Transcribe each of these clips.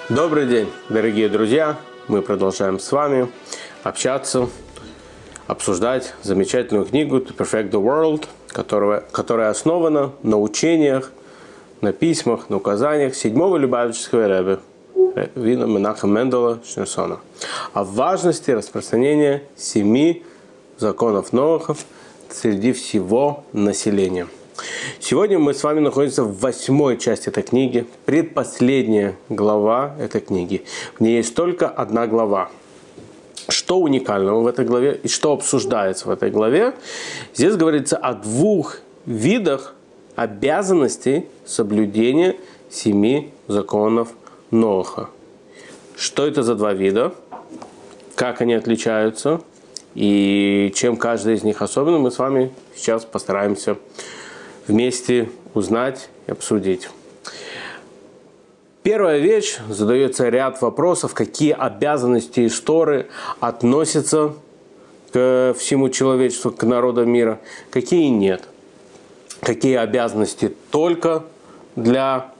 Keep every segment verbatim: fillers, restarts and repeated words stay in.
Добрый день, дорогие друзья! Мы продолжаем с вами общаться, обсуждать замечательную книгу «To Perfect the World», которая, которая основана на учениях, на письмах, на указаниях седьмого Любавического ребе Равина Менаха Менделя Шнерсона о важности распространения семи законов Ноаха среди всего населения. Сегодня мы с вами находимся в восьмой части этой книги, предпоследняя глава этой книги. В ней есть только одна глава. Что уникального в этой главе и что обсуждается в этой главе? Здесь говорится о двух видах обязанностей соблюдения семи законов Ноаха. Что это за два вида? Как они отличаются? И чем каждый из них особенный, мы с вами сейчас постараемся вместе узнать и обсудить. Первая вещь, задается ряд вопросов, какие обязанности из Торы относятся к всему человечеству, к народам мира, какие нет. Какие обязанности только для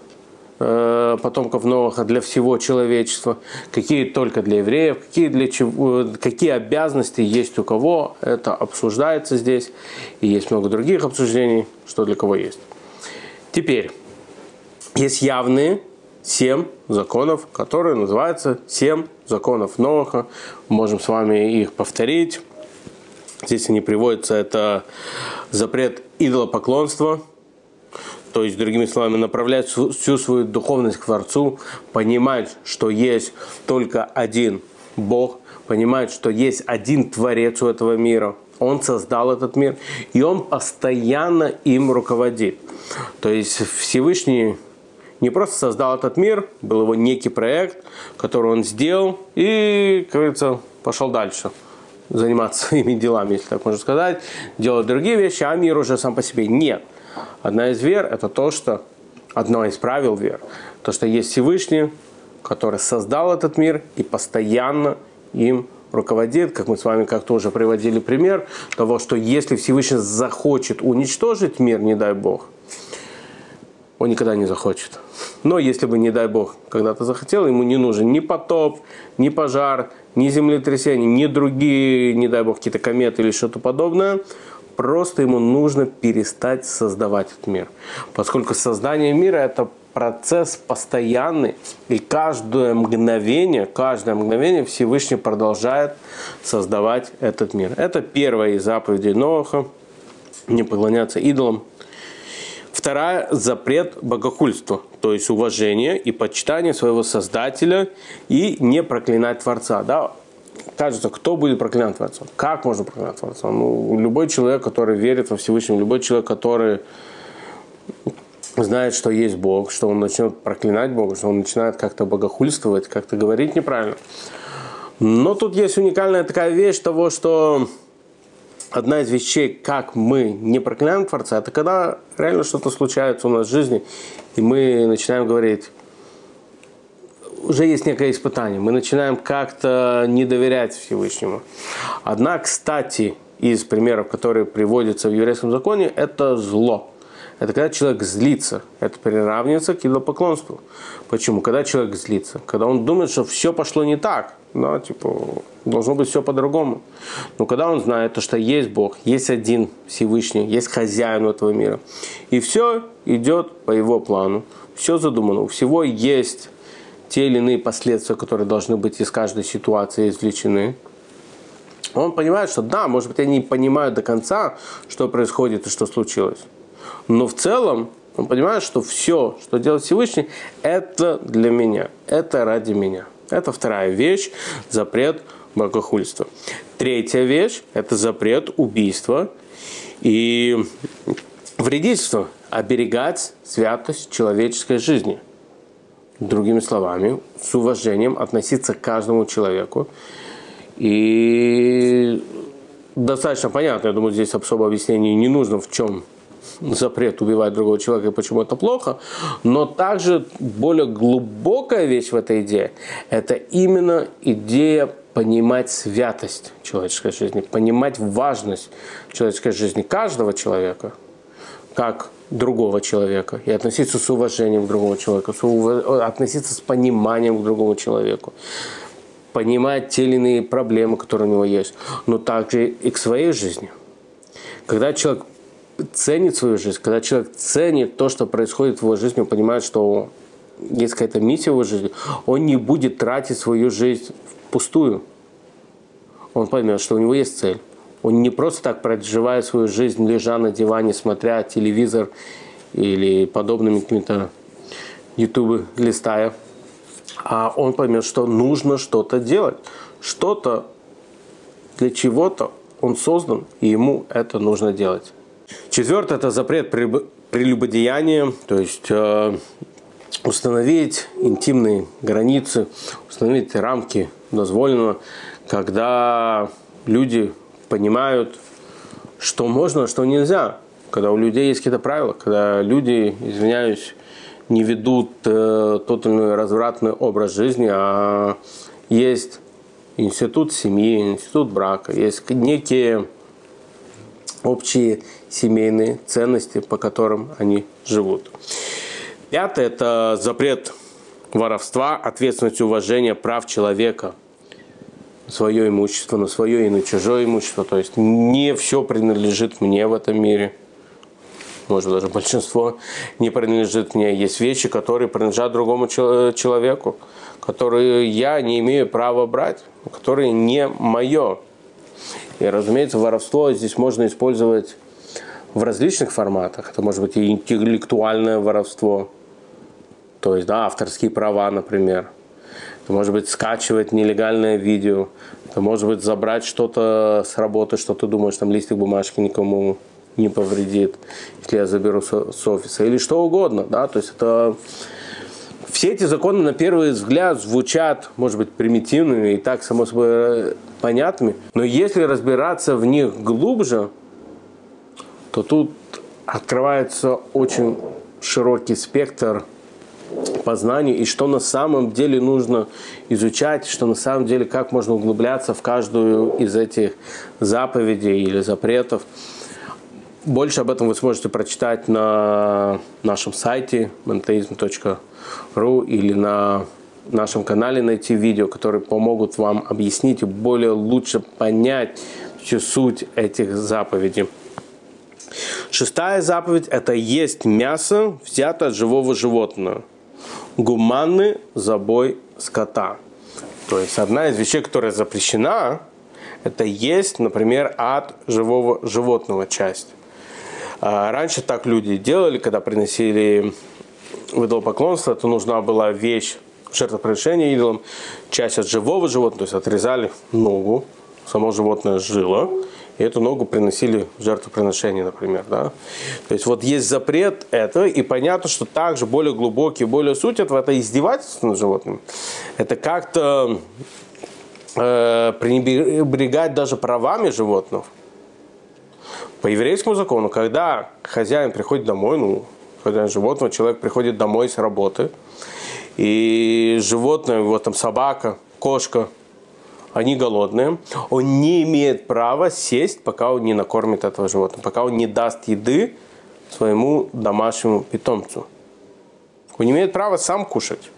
э, потомков Ноаха, для всего человечества, какие только для евреев, какие, для чего, какие обязанности есть у кого, это обсуждается здесь. И есть много других обсуждений, что для кого есть. Теперь, есть явные семь законов, которые называются семь законов Ноаха. Мы можем с вами их повторить. Здесь они приводятся, это запрет идолопоклонства, то есть, другими словами, направлять всю свою духовность к Творцу, понимать, что есть только один Бог, понимать, что есть один Творец у этого мира. Он создал этот мир, и Он постоянно им руководит. То есть, Всевышний не просто создал этот мир, был его некий проект, который Он сделал, и, как говорится, пошел дальше заниматься своими делами, если так можно сказать, делать другие вещи, а мир уже сам по себе нет. Одна из вер – это то, что, одно из правил вер, то, что есть Всевышний, который создал этот мир и постоянно им руководит, как мы с вами как-то уже приводили пример того, что если Всевышний захочет уничтожить мир, не дай Бог, он никогда не захочет. Но если бы, не дай Бог, когда-то захотел, ему не нужен ни потоп, ни пожар, ни землетрясение, ни другие, не дай Бог, какие-то кометы или что-то подобное. Просто ему нужно перестать создавать этот мир. Поскольку создание мира – это процесс постоянный, и каждое мгновение, каждое мгновение Всевышний продолжает создавать этот мир. Это первая из заповедей Ноаха – не поклоняться идолам. Вторая – запрет богохульства, то есть уважение и почитание своего Создателя и не проклинать Творца. Да? Кажется, кто будет проклинать Творца? Как можно проклинать Творца? Ну, любой человек, который верит во Всевышнего, любой человек, который знает, что есть Бог, что он начнет проклинать Бога, что он начинает как-то богохульствовать, как-то говорить неправильно. Но тут есть уникальная такая вещь того, что одна из вещей, как мы не проклинаем Творца, это когда реально что-то случается у нас в жизни, и мы начинаем говорить, уже есть некое испытание, мы начинаем как-то не доверять Всевышнему. Одна, кстати, из примеров, которые приводятся в еврейском законе, это зло. Это когда человек злится, это приравнивается к идолопоклонству. Почему? Когда человек злится, когда он думает, что все пошло не так, да, типа, должно быть все по-другому. Но когда он знает, что есть Бог, есть один Всевышний, есть хозяин этого мира, и все идет по его плану, все задумано, у всего есть те или иные последствия, которые должны быть из каждой ситуации извлечены. Он понимает, что да, может быть, они не понимают до конца, что происходит и что случилось. Но в целом он понимает, что все, что делает Всевышний, это для меня, это ради меня. Это вторая вещь, запрет богохульства. Третья вещь – это запрет убийства и вредительства, оберегать святость человеческой жизни. Другими словами, с уважением относиться к каждому человеку. И достаточно понятно, я думаю, здесь особо объяснений не нужно, в чем запрет убивать другого человека и почему это плохо. Но также более глубокая вещь в этой идее – это именно идея понимать святость человеческой жизни, понимать важность человеческой жизни каждого человека. как другого человека, и относиться с уважением к другому человеку, с ув... относиться с пониманием к другому человеку, понимать те или иные проблемы, которые у него есть, но также и к своей жизни. Когда человек ценит свою жизнь, когда человек ценит то, что происходит в его жизни, он понимает, что есть какая-то миссия в его жизни, он не будет тратить свою жизнь впустую. Он поймет, что у него есть цель. Он не просто так проживает свою жизнь, лежа на диване, смотря телевизор или подобными какими-то ютубы листая, а он поймет, что нужно что-то делать. Что-то для чего-то он создан, и ему это нужно делать. Четвертое – это запрет прелюбодеяния, то есть э, установить интимные границы, установить рамки дозволенного, когда люди понимают, что можно, а что нельзя, когда у людей есть какие-то правила, когда люди, извиняюсь, не ведут э, тот или иной развратный образ жизни, а есть институт семьи, институт брака, есть некие общие семейные ценности, по которым они живут. Пятое – это запрет воровства, ответственность и уважение прав человека, свое имущество, на свое и на чужое имущество. То есть не все принадлежит мне в этом мире. Может, даже большинство не принадлежит мне. Есть вещи, которые принадлежат другому человеку, которые я не имею права брать, которые не мое. И, разумеется, воровство здесь можно использовать в различных форматах. Это может быть и интеллектуальное воровство, то есть да, авторские права, например. Это может быть скачивать нелегальное видео. Это может быть забрать что-то с работы, что ты думаешь, там листик бумажки никому не повредит, если я заберу с офиса. Или что угодно. Да? То есть это... Все эти законы на первый взгляд звучат, может быть, примитивными и так, само собой, понятными. Но если разбираться в них глубже, то тут открывается очень широкий спектр познаний, и что на самом деле нужно изучать, что на самом деле как можно углубляться в каждую из этих заповедей или запретов. Больше об этом вы сможете прочитать на нашем сайте монотеизм точка ру или на нашем канале, найти видео, которые помогут вам объяснить и более лучше понять всю суть этих заповедей. Шестая заповедь – это есть мясо, взято от живого животного. Гуманный забой скота. То есть одна из вещей, которая запрещена, это есть, например, от живого животного часть. Раньше так люди делали, когда приносили в идолопоклонство, то нужна была вещь жертвоприношения идолам, часть от живого животного, то есть отрезали ногу, само животное жило, и эту ногу приносили в жертвоприношение, например. Да? То есть вот есть запрет этого, и понятно, что также более глубокий, более суть этого, это издевательство над животным. Это как-то э, пренебрегать даже правами животных. По еврейскому закону, когда хозяин приходит домой, ну, хозяин животного, человек приходит домой с работы, и животное, вот там собака, кошка, они голодные, он не имеет права сесть, пока он не накормит этого животного, пока он не даст еды своему домашнему питомцу. Он не имеет права сам кушать.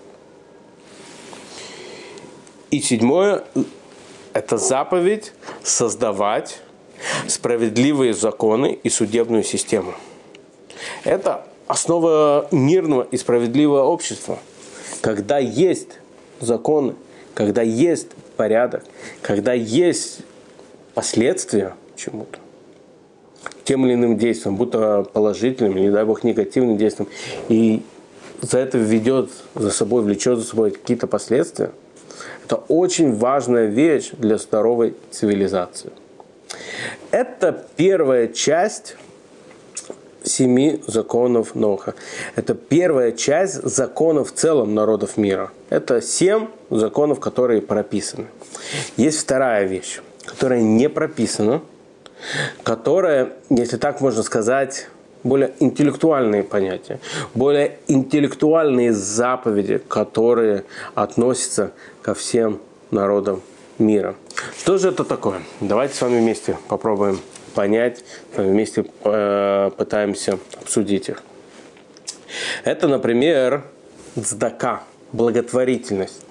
И седьмое – это заповедь создавать справедливые законы и судебную систему. Это основа мирного и справедливого общества. Когда есть законы, когда есть порядок, когда есть последствия чему-то, тем или иным действиям, будто положительным или, дай бог, негативным действием, и за это ведет за собой, влечет за собой какие-то последствия, это очень важная вещь для здоровой цивилизации. Это первая часть семи законов Ноха. Это первая часть законов в целом народов мира. Это семь законов, которые прописаны. Есть вторая вещь, которая не прописана, которая, если так можно сказать, более интеллектуальные понятия, более интеллектуальные заповеди, которые относятся ко всем народам мира. Что же это такое? Давайте с вами вместе попробуем понять, вместе э, пытаемся обсудить их. Это, например, цдака, благотворительность.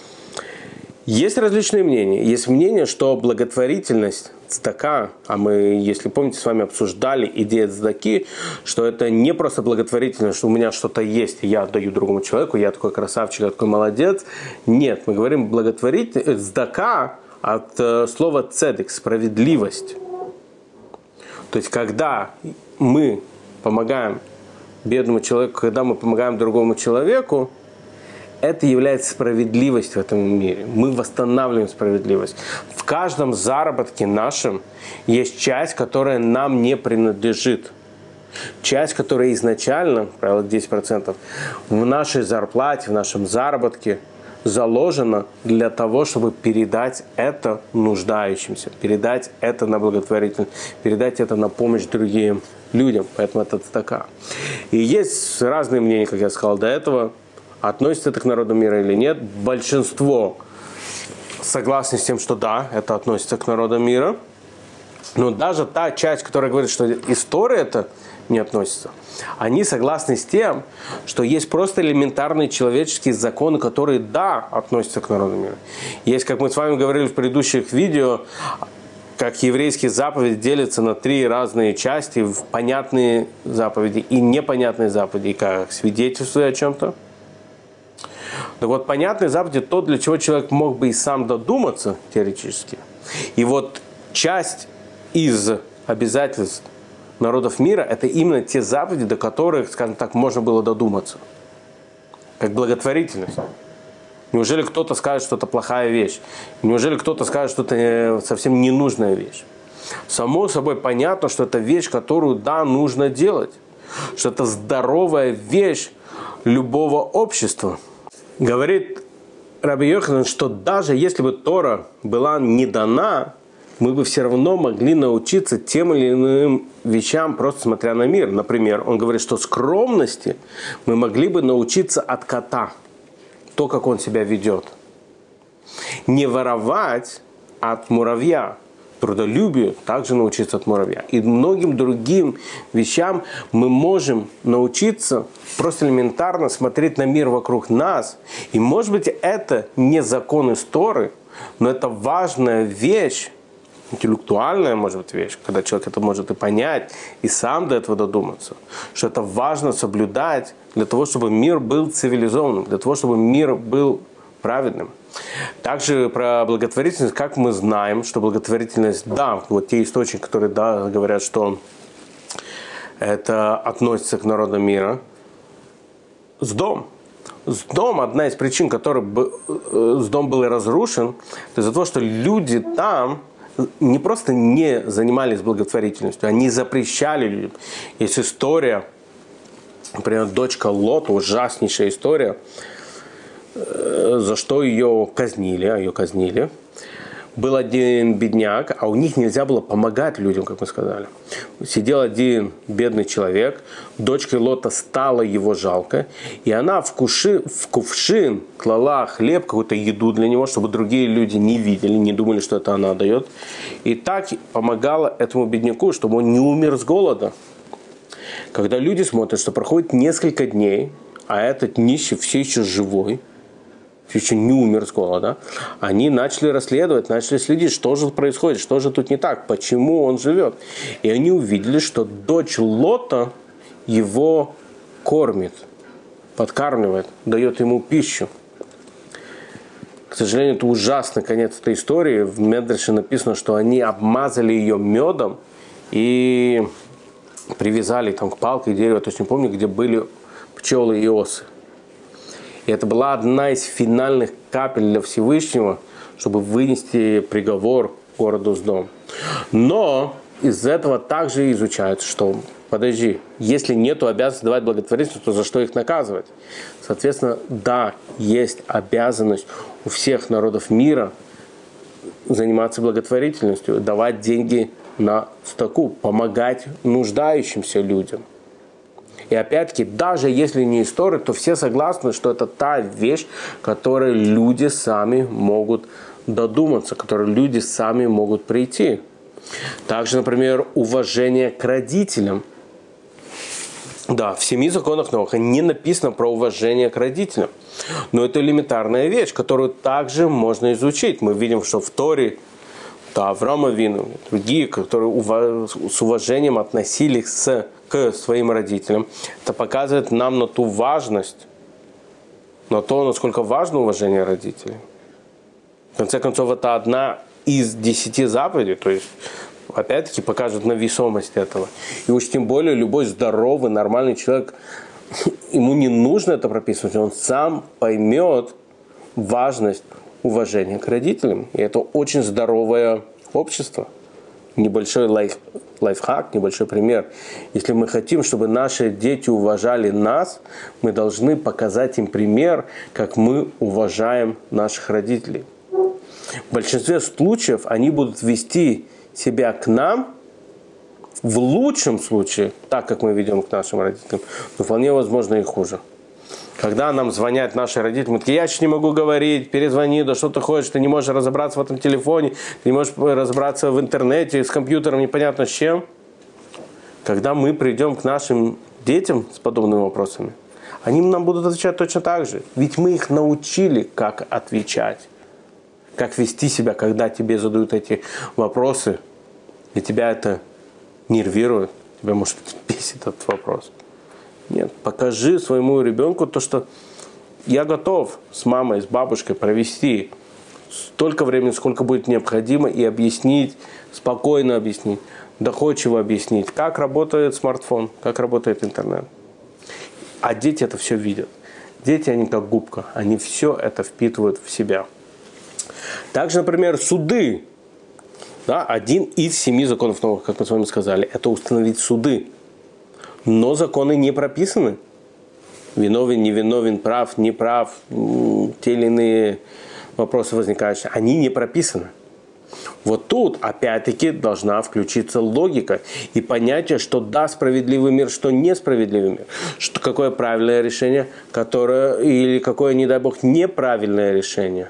Есть различные мнения. Есть мнение, что благотворительность, цдака, а мы, если помните, с вами обсуждали идею цдаки, что это не просто благотворительность, что у меня что-то есть, и я отдаю другому человеку, я такой красавчик, я такой молодец. Нет, мы говорим благотворительность, цдака от э, слова цедек, справедливость. То есть, когда мы помогаем бедному человеку, когда мы помогаем другому человеку, это является справедливостью в этом мире. Мы восстанавливаем справедливость. В каждом заработке нашем есть часть, которая нам не принадлежит. Часть, которая изначально, правило, десять процентов, в нашей зарплате, в нашем заработке заложена для того, чтобы передать это нуждающимся, передать это на благотворительность, передать это на помощь другим людям. Поэтому это цдака. И есть разные мнения, как я сказал до этого, относится это к народу мира или нет. Большинство согласны с тем, что да, это относится к народу мира. Но даже та часть, которая говорит, что история это не относится, они согласны с тем, что есть просто элементарные человеческие законы, которые, да, относятся к народу мира. Есть, как мы с вами говорили в предыдущих видео, как еврейские заповеди делятся на три разные части, в понятные заповеди и непонятные заповеди, как свидетельствуя о чем-то. Так вот, понятные заповеди – то, для чего человек мог бы и сам додуматься, теоретически. И вот часть из обязательств народов мира – это именно те заповеди, до которых, скажем так, можно было додуматься. Как благотворительность. Неужели кто-то скажет, что это плохая вещь? Неужели кто-то скажет, что это совсем ненужная вещь? Само собой понятно, что это вещь, которую, да, нужно делать. Что это здоровая вещь любого общества. Говорит Раби Йоханан, что даже если бы Тора была не дана, мы бы все равно могли научиться тем или иным вещам, просто смотря на мир. Например, он говорит, что скромности мы могли бы научиться от кота. То, как он себя ведет. Не воровать от муравья. Трудолюбию также научиться от муравья. И многим другим вещам мы можем научиться просто элементарно смотреть на мир вокруг нас. И может быть это не закон из Торы, но это важная вещь, интеллектуальная, может быть, вещь, когда человек это может и понять, и сам до этого додуматься, что это важно соблюдать для того, чтобы мир был цивилизованным, для того, чтобы мир был праведным. Также про благотворительность, как мы знаем, что благотворительность, да, вот те источники, которые, да, говорят, что это относится к народу мира. Сдом. Сдом, одна из причин, которой Сдом был разрушен, это из-за того, что люди там не просто не занимались благотворительностью, они запрещали людям. Есть история, например, дочка Лота, ужаснейшая история, за что ее казнили, а ее казнили. Был один бедняк, а у них нельзя было помогать людям, как мы сказали. Сидел один бедный человек, дочке Лота стало его жалко, и она в, куши, в кувшин клала хлеб, какую-то еду для него, чтобы другие люди не видели, не думали, что это она дает. И так помогала этому бедняку, чтобы он не умер с голода. Когда люди смотрят, что проходит несколько дней, а этот нищий все еще живой, еще не умер с голода, они начали расследовать, начали следить, что же происходит, что же тут не так, почему он живет. И они увидели, что дочь Лота его кормит, подкармливает, дает ему пищу. К сожалению, это ужасный конец этой истории. В Медреше написано, что они обмазали ее медом и привязали там к палке, к дереву, я точно не помню, где были пчелы и осы. И это была одна из финальных капель для Всевышнего, чтобы вынести приговор городу Сдом. Но из этого также изучают, что, подожди, если нету обязанности давать благотворительность, то за что их наказывать? Соответственно, да, есть обязанность у всех народов мира заниматься благотворительностью, давать деньги на стаку, помогать нуждающимся людям. И опять-таки, даже если не история, то все согласны, что это та вещь, которой люди сами могут додуматься, к которой люди сами могут прийти. Также, например, уважение к родителям. Да, в семи законах Ноаха не написано про уважение к родителям. Но это элементарная вещь, которую также можно изучить. Мы видим, что в Торе, да, Авраам Авину, другие, которые с уважением относились с, к своим родителям. Это показывает нам на ту важность, на то, насколько важно уважение родителей. В конце концов, это одна из десяти заповедей, то есть опять-таки покажет на весомость этого. И уж тем более любой здоровый, нормальный человек, ему не нужно это прописывать, он сам поймет важность уважения к родителям. И это очень здоровое общество. Небольшой лайф, лайфхак, небольшой пример. Если мы хотим, чтобы наши дети уважали нас, мы должны показать им пример, как мы уважаем наших родителей. В большинстве случаев они будут вести себя к нам, в лучшем случае, так как мы ведем к нашим родителям, но вполне возможно и хуже. Когда нам звонят наши родители, мы такие: я еще не могу говорить, перезвони, да что ты хочешь, ты не можешь разобраться в этом телефоне, ты не можешь разобраться в интернете, с компьютером, непонятно с чем. Когда мы придем к нашим детям с подобными вопросами, они нам будут отвечать точно так же. Ведь мы их научили, как отвечать. Как вести себя, когда тебе задают эти вопросы, и тебя это нервирует, тебя, может, бесит этот вопрос. Нет, покажи своему ребенку то, что я готов с мамой, с бабушкой провести столько времени, сколько будет необходимо, и объяснить, спокойно объяснить, доходчиво объяснить, как работает смартфон, как работает интернет. А дети это все видят. Дети, они как губка, они все это впитывают в себя. Также, например, суды. Да, один из семи законов Ноаха, как мы с вами сказали, это установить суды. Но законы не прописаны. Виновен, невиновен, прав, неправ, те или иные вопросы возникающие, они не прописаны. Вот тут, опять-таки, должна включиться логика и понятие, что да, справедливый мир, что несправедливый мир. Что, какое правильное решение, которое, или какое, не дай бог, неправильное решение.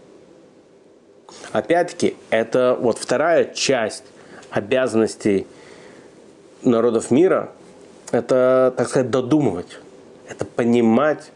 Опять-таки, это вот вторая часть обязанностей народов мира, это, так сказать, додумывать, это понимать,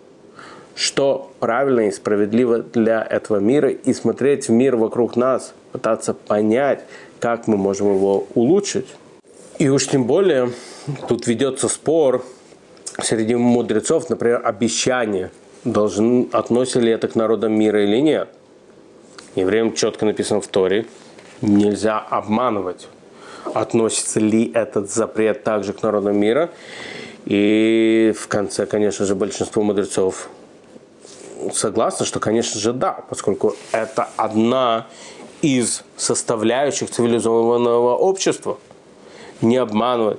что правильно и справедливо для этого мира, и смотреть в мир вокруг нас, пытаться понять, как мы можем его улучшить. И уж тем более, тут ведется спор среди мудрецов, например, обещание, должен, относится ли это к народам мира или нет. Евреям четко написано в Торе, нельзя обманывать. Относится ли этот запрет также к народам мира? И в конце, конечно же, большинство мудрецов согласны, что, конечно же, да, поскольку это одна из составляющих цивилизованного общества. Не обманывать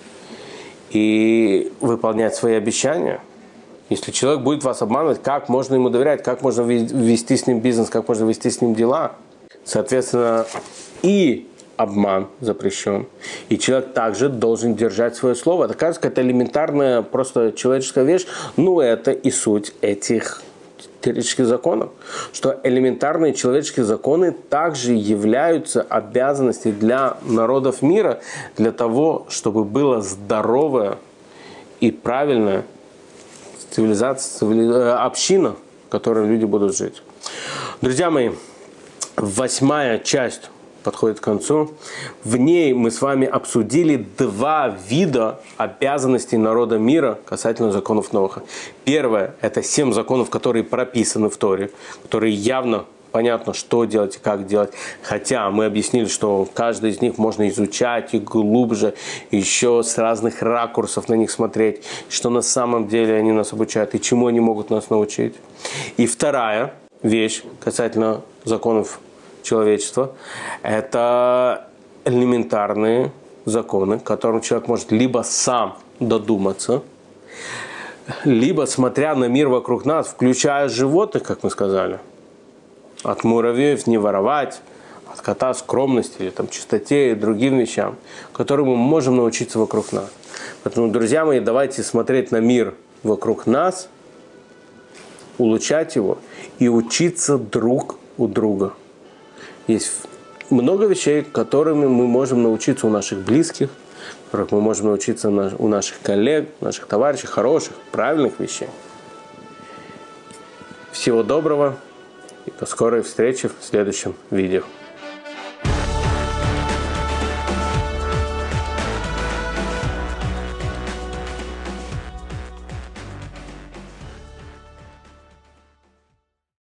и выполнять свои обещания. Если человек будет вас обманывать, как можно ему доверять, как можно вести с ним бизнес, как можно вести с ним дела? Соответственно, и обман запрещен. И человек также должен держать свое слово. Это кажется, это элементарная просто человеческая вещь, но это и суть этих теоретических законов. Что элементарные человеческие законы также являются обязанностью для народов мира, для того, чтобы было здоровое и правильное цивилизация, цивили... община, в которой люди будут жить. Друзья мои, восьмая часть подходит к концу. В ней мы с вами обсудили два вида обязанностей народа мира касательно законов Ноаха. Первое – это семь законов, которые прописаны в Торе, которые явно понятно, что делать и как делать. Хотя мы объяснили, что каждый из них можно изучать и глубже, еще с разных ракурсов на них смотреть, что на самом деле они нас обучают и чему они могут нас научить. И вторая вещь касательно законов человечества – это элементарные законы, к которым человек может либо сам додуматься, либо, смотря на мир вокруг нас, включая животных, как мы сказали, от муравьев не воровать, от кота скромности, или там, чистоте и другим вещам, которым мы можем научиться вокруг нас. Поэтому, друзья мои, давайте смотреть на мир вокруг нас, улучшать его и учиться друг у друга. Есть много вещей, которыми мы можем научиться у наших близких, которых мы можем научиться у наших коллег, наших товарищей, хороших, правильных вещей. Всего доброго и до скорой встречи в следующем видео.